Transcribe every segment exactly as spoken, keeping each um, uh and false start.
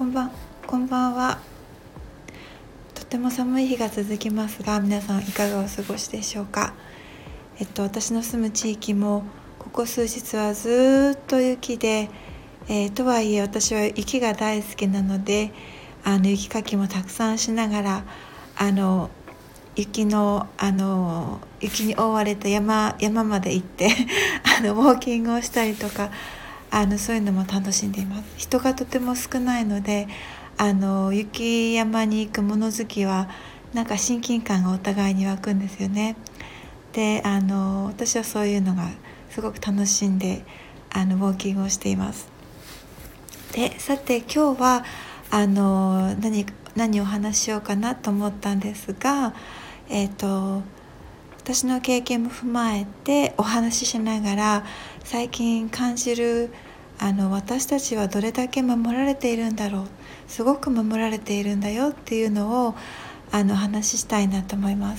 んばん、こんばんは。とても寒い日が続きますが、皆さんいかがお過ごしでしょうか。えっと、私の住む地域もここ数日はずっと雪で、えー、とはいえ私は雪が大好きなので、あの雪かきもたくさんしながら、あの雪のあの雪に覆われた山山まで行ってあのウォーキングをしたりとか、あのそういうのも楽しんでいます。人がとても少ないので、あの雪山に行く物好きはなんか親近感がお互いに湧くんですよね。で、あの私はそういうのがすごく楽しんであのウォーキングをしています。で、さて今日はあの 何, 何をお話ししようかなと思ったんですが、えっと私の経験も踏まえてお話ししながら、最近感じるあの私たちはどれだけ守られているんだろう、すごく守られているんだよっていうのをあの話ししたいなと思います。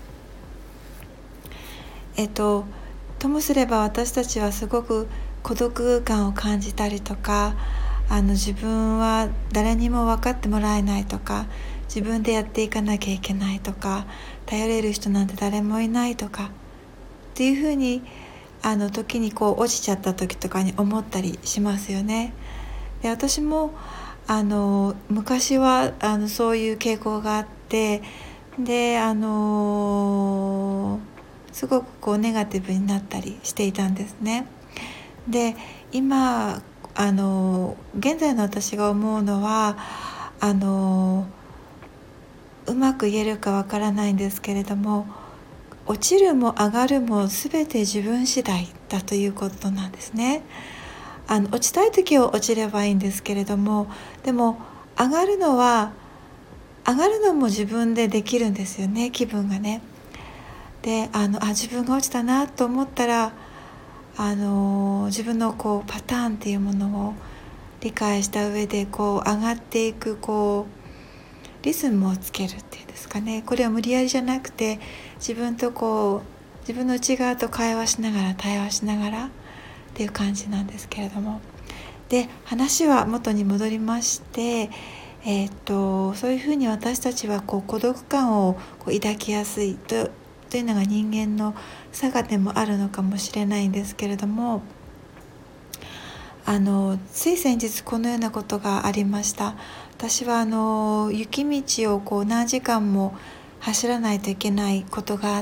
えっとともすれば私たちはすごく孤独感を感じたりとか、あの自分は誰にも分かってもらえないとか、自分でやっていかなきゃいけないとか、頼れる人なんて誰もいないとかっていうふうにあの時にこう落ちちゃった時とかに思ったりしますよね。で、私もあの昔はあのそういう傾向があって、であのすごくこうネガティブになったりしていたんですね。で、今あの現在の私が思うのは、あのうまく言えるかわからないんですけれども、落ちるも上がるも全て自分次第だということなんですね。あの落ちたい時は落ちればいいんですけれども、でも上がるのは上がるのも自分でできるんですよね、気分がね。で、あのあ自分が落ちたなと思ったら、あの自分のこうパターンっていうものを理解した上でこう上がっていくこうリズムをつけるっていうんですかね。これは無理やりじゃなくて、自分とこう自分の内側と会話しながら対話しながらっていう感じなんですけれども、で話は元に戻りまして、えー、っとそういうふうに私たちはこう孤独感をこう抱きやすいとというのが人間の差がでもあるのかもしれないんですけれども、あのつい先日このようなことがありました。私はあの雪道をこう何時間も走らないといけないことがあって、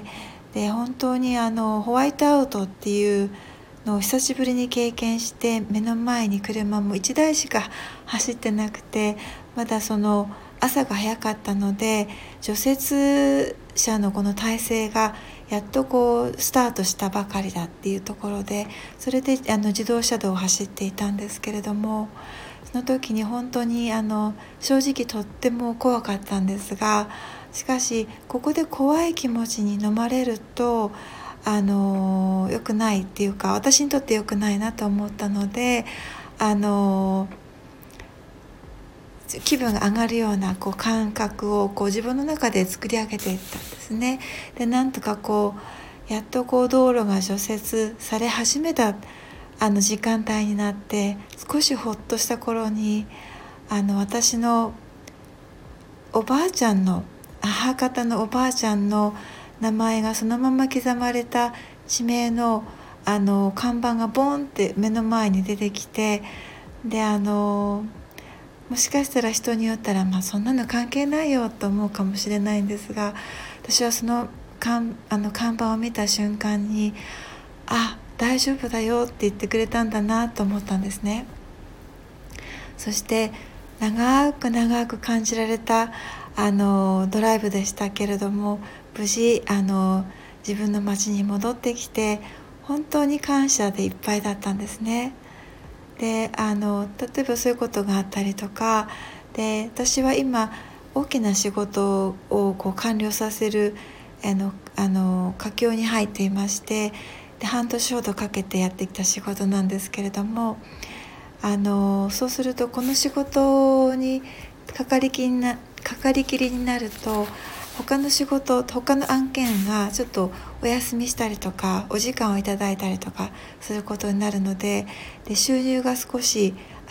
で本当にあのホワイトアウトっていうのを久しぶりに経験して、目の前に車もいちだいしか走ってなくて、まだその朝が早かったので除雪車のこの体制がやっとこうスタートしたばかりだっていうところで、それであの自動車道を走っていたんですけれども、その時に本当にあの正直とっても怖かったんですが、しかしここで怖い気持ちに飲まれるとあの良くないっていうか、私にとって良くないなと思ったので、あの気分が上がるようなこう感覚をこう自分の中で作り上げていったんですね。で、なんとかこうやっとこう道路が除雪され始めたあの時間帯になって、少しほっとした頃に、あの私のおばあちゃんの母方のおばあちゃんの名前がそのまま刻まれた地名のあの看板がボンって目の前に出てきて、であのもしかしたら人によったら、まあ、そんなの関係ないよと思うかもしれないんですが、私はその看、あの看板を見た瞬間に、あ、大丈夫だよって言ってくれたんだなと思ったんですね。そして長く長く感じられたあのドライブでしたけれども、無事あの自分の町に戻ってきて本当に感謝でいっぱいだったんですね。で、あの例えばそういうことがあったりとかで、私は今大きな仕事をこう完了させるあのあの佳境に入っていまして、で半年ほどかけてやってきた仕事なんですけれども、あのそうするとこの仕事にかかりきりなかかりきりになると、他の仕事他の案件がちょっとお休みしたりとかお時間をいただいたりとかすることになるので、で収入が少し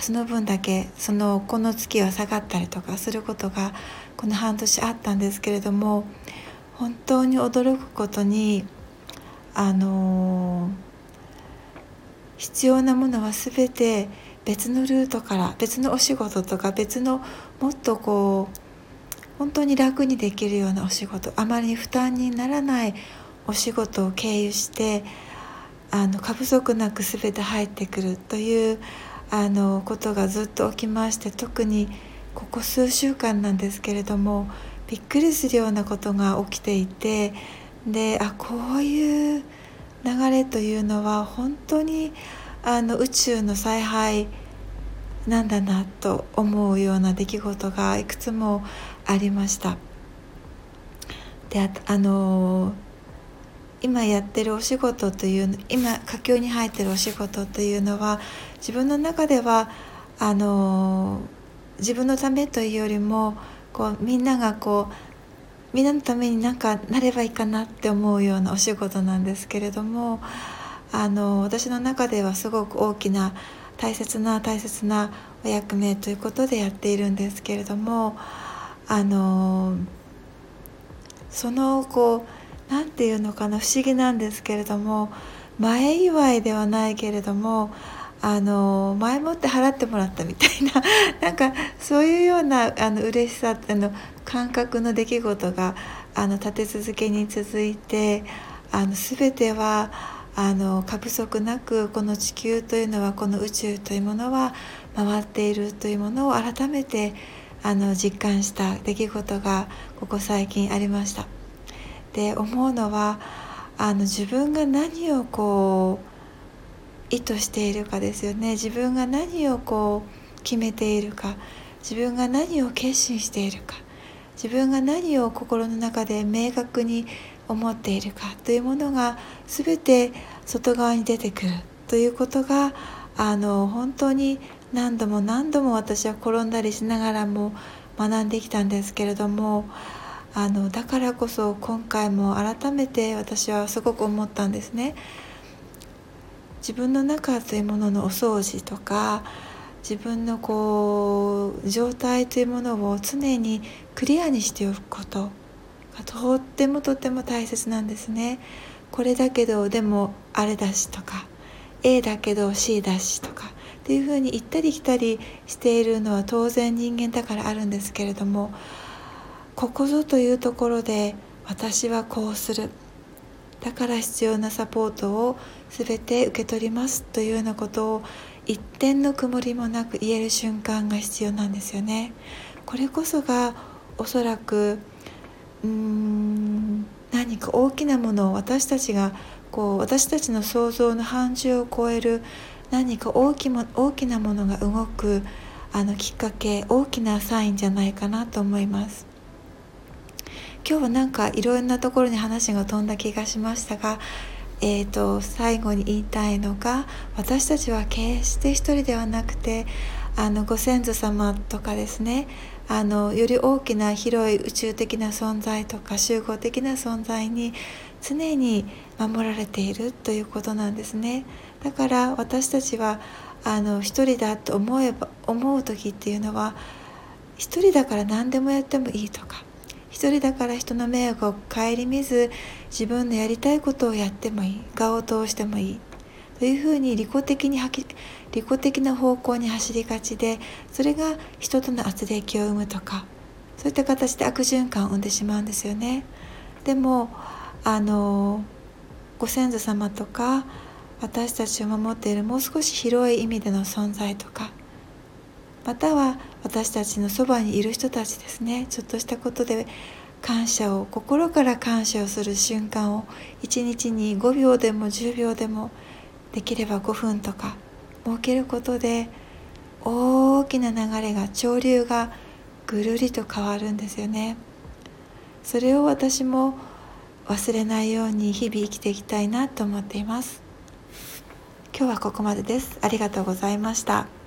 その分だけそのこの月は下がったりとかすることがこの半年あったんですけれども、本当に驚くことにあの必要なものは全て別のルートから別のお仕事とか別のもっとこう本当に楽にできるようなお仕事、あまり負担にならないお仕事を経由してあの過不足なく全て入ってくるというあのことがずっと起きまして、特にここ数週間なんですけれどもびっくりするようなことが起きていて、であこういう流れというのは本当にあの宇宙の采配なんだなと思うような出来事がいくつもありました。で あ, あの今やってるお仕事という今佳境に入ってるお仕事というのは自分の中ではあの自分のためというよりもこうみんながこうみんなのために何かなればいいかなって思うようなお仕事なんですけれども、あの私の中ではすごく大きな大切な大切なお役目ということでやっているんですけれども、あのそのこうなんていうのかな、不思議なんですけれども、前祝いではないけれどもあの前もって払ってもらったみたいななんかそういうようなあの嬉しさあの感覚の出来事があの立て続けに続いて、あの全てはあの過不足なくこの地球というのはこの宇宙というものは回っているというものを改めてあの実感した出来事がここ最近ありました。で思うのはあの自分が何をこう意図しているかですよね。自分が何をこう決めているか、自分が何を決心しているか、自分が何を心の中で明確に思っているかというものが全て外側に出てくるということがあの本当に何度も何度も私は転んだりしながらも学んできたんですけれども、あのだからこそ今回も改めて私はすごく思ったんですね。自分の中というもののお掃除とか自分のこう状態というものを常にクリアにしておくことがとってもとっても大切なんですね。これだけどでもあれだしとか A だけど シー だしとかっていうふうに行ったり来たりしているのは当然人間だからあるんですけれども、ここぞというところで私はこうする、だから必要なサポートを全て受け取りますというようなことを一点の曇りもなく言える瞬間が必要なんですよね。これこそがおそらくうーん何か大きなものを私たちがこう私たちの想像の範疇を超える何か大きも大きなものが動くあのきっかけ、大きなサインじゃないかなと思います。今日はなんかいろんなところに話が飛んだ気がしましたが、えーと、最後に言いたいのが、私たちは決して一人ではなくてあのご先祖様とかですね、あのより大きな広い宇宙的な存在とか集合的な存在に常に守られているということなんですね。だから私たちはあの一人だと思えば思う時っていうのは、一人だから何でもやってもいいとか、一人だから人の迷惑を顧みず自分のやりたいことをやってもいい、我を通してもいいというふうに利己的に利己的な方向に走りがちで、それが人との圧力を生むとか、そういった形で悪循環を生んでしまうんですよね。でもあのご先祖様とか私たちを守っているもう少し広い意味での存在とか、または私たちのそばにいる人たちですね、ちょっとしたことで感謝を心から感謝をする瞬間をいちにちにごびょうでもじゅうびょうでもできればごふんとか設けることで大きな流れが潮流がぐるりと変わるんですよね。それを私も忘れないように日々生きていきたいなと思っています。今日はここまでです。ありがとうございました。